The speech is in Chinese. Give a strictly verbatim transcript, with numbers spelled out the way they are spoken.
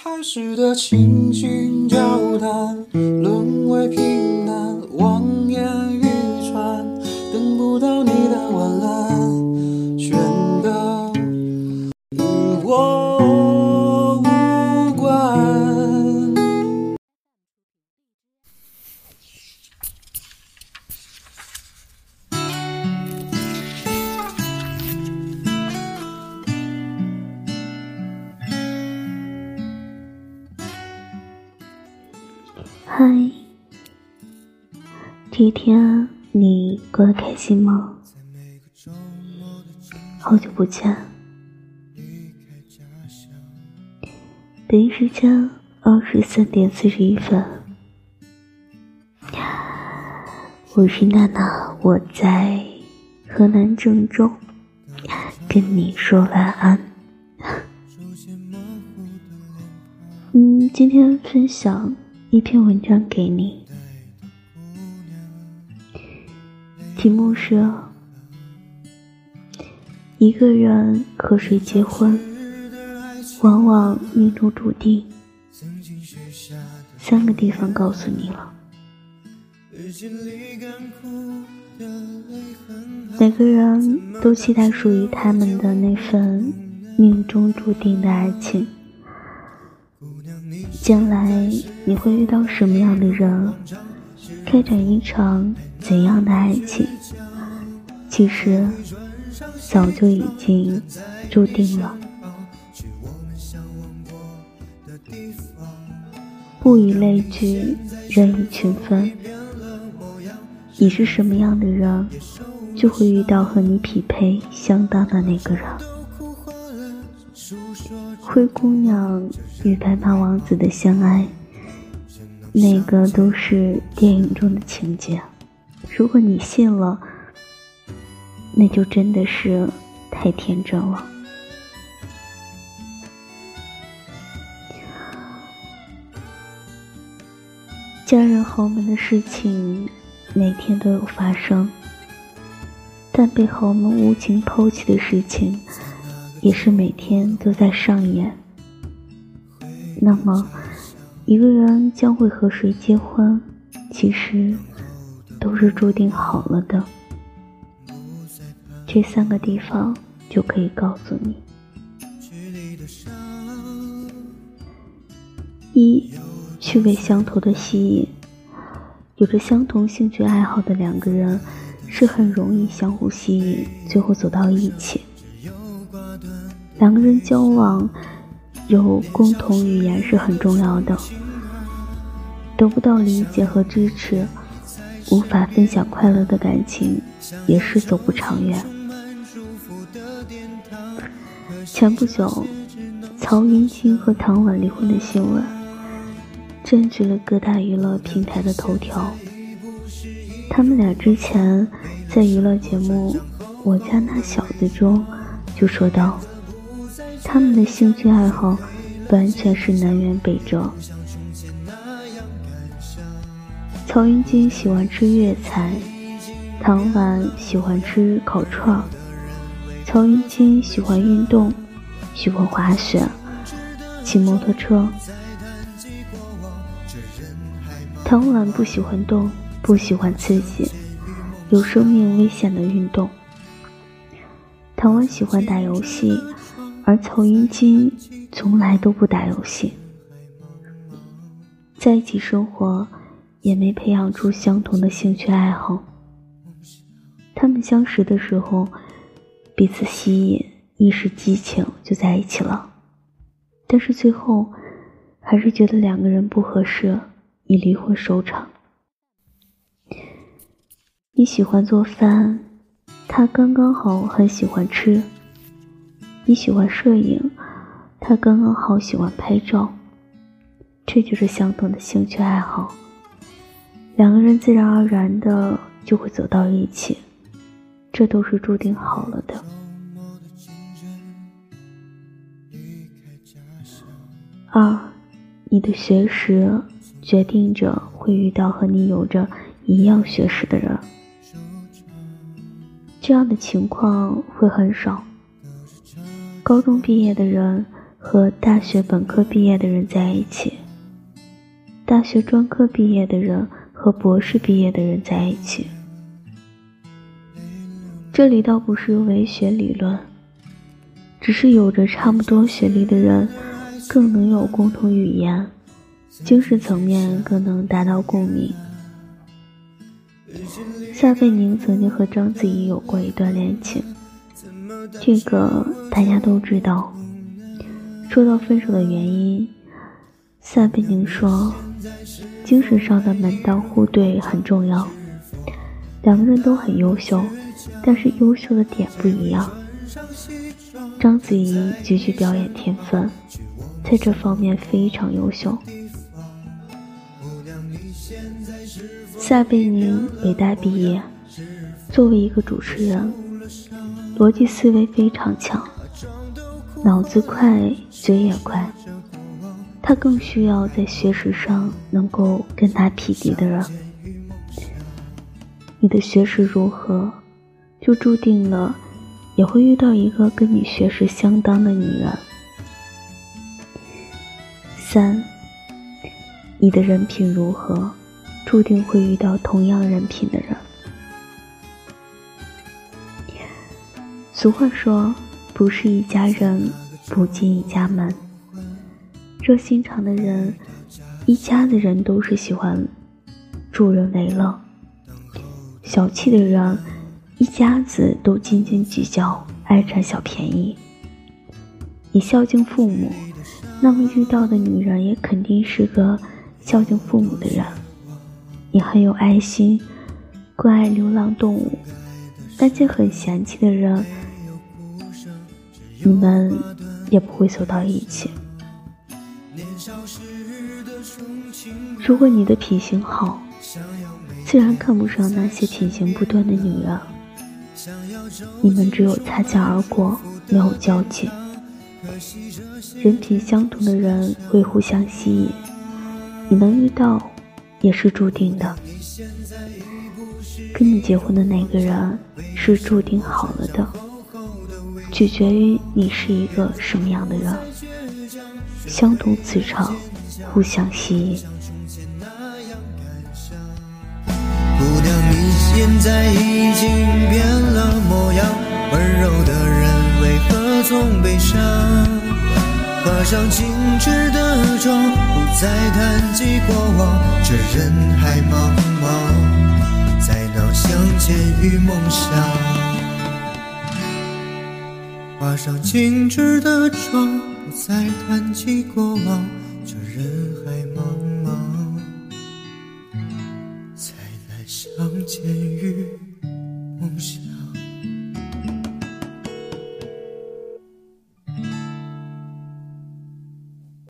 海市的倾心交谈，沦为平淡，望眼欲穿，等不到你的晚安，全都与我无关。 嗨，这一天你过得开心吗？好久不见。北京时间二十三点四十一分，我是娜娜，我在河南郑州跟你说晚安。嗯，今天分享一篇文章给你，题目是一个人和谁结婚往往命中注定，三个地方告诉你了。每个人都期待属于他们的那份命中注定的爱情，将来你会遇到什么样的人，开展一场怎样的爱情，其实早就已经注定了。物以类聚，人以群分，你是什么样的人，就会遇到和你匹配相当的那个人。灰姑娘与白马王子的相爱，那个都是电影中的情节，如果你信了，那就真的是太天真了。家人豪门的事情每天都有发生，但被豪门无情抛弃的事情也是每天都在上演。那么一个人将会和谁结婚，其实都是注定好了的。这三个地方就可以告诉你。一，趣味相投的吸引。有着相同兴趣爱好的两个人是很容易相互吸引，最后走到一起。两个人交往有共同语言是很重要的，得不到理解和支持，无法分享快乐的感情也是走不长远。前不久曹云金和唐婉离婚的新闻占据了各大娱乐平台的头条。他们俩之前在娱乐节目《我家那小子》中就说到，他们的兴趣爱好完全是南辕北辙。曹云金喜欢吃粤菜，唐婉喜欢吃烤串。曹云金喜欢运动，喜欢滑雪，骑摩托车。唐婉不喜欢动，不喜欢刺激，有生命危险的运动。唐婉喜欢打游戏，而曹云金从来都不打游戏。在一起生活，也没培养出相同的兴趣爱好。他们相识的时候，彼此吸引，一时激情就在一起了。但是最后，还是觉得两个人不合适，以离婚收场。你喜欢做饭，他刚刚好很喜欢吃。你喜欢摄影，他刚刚好喜欢拍照。这就是相同的兴趣爱好，两个人自然而然的就会走到一起，这都是注定好了的。二，你的学识决定着会遇到和你有着一样学识的人，这样的情况会很少。高中毕业的人和大学本科毕业的人在一起，大学专科毕业的人和博士毕业的人在一起。这里倒不是唯学理论，只是有着差不多学历的人更能有共同语言，精神层面更能达到共鸣。撒贝宁曾经和章子怡有过一段恋情，这个大家都知道。说到分手的原因，撒贝宁说精神上的门当户对很重要，两个人都很优秀，但是优秀的点不一样。章子怡极具表演天分，在这方面非常优秀。撒贝宁北大毕业，作为一个主持人，逻辑思维非常强，脑子快，嘴也快。他更需要在学识上能够跟他匹敌的人。你的学识如何，就注定了也会遇到一个跟你学识相当的女人。三，你的人品如何，注定会遇到同样人品的人。俗话说，不是一家人，不进一家门。热心肠的人，一家的人都是喜欢助人为乐；小气的人，一家子都斤斤计较，爱占小便宜。你孝敬父母，那么遇到的女人也肯定是个孝敬父母的人。你很有爱心，关爱流浪动物，但却很嫌弃的人，你们也不会走到一起。如果你的品行好，自然看不上那些品行不端的女人，你们只有擦肩而过，没有交集。人品相同的人会互相吸引，你能遇到也是注定的。跟你结婚的那个人是注定好了的，取决于你是一个什么样的人。相同磁场，互相吸引。 姑娘，你现在已经变了模样，温柔的人为何总悲伤？画上精致的妆，不再谈及过往，这人海茫茫，在那相见与梦想。画上精致的妆，不再谈及过往，这人海茫茫，在那相见与梦想。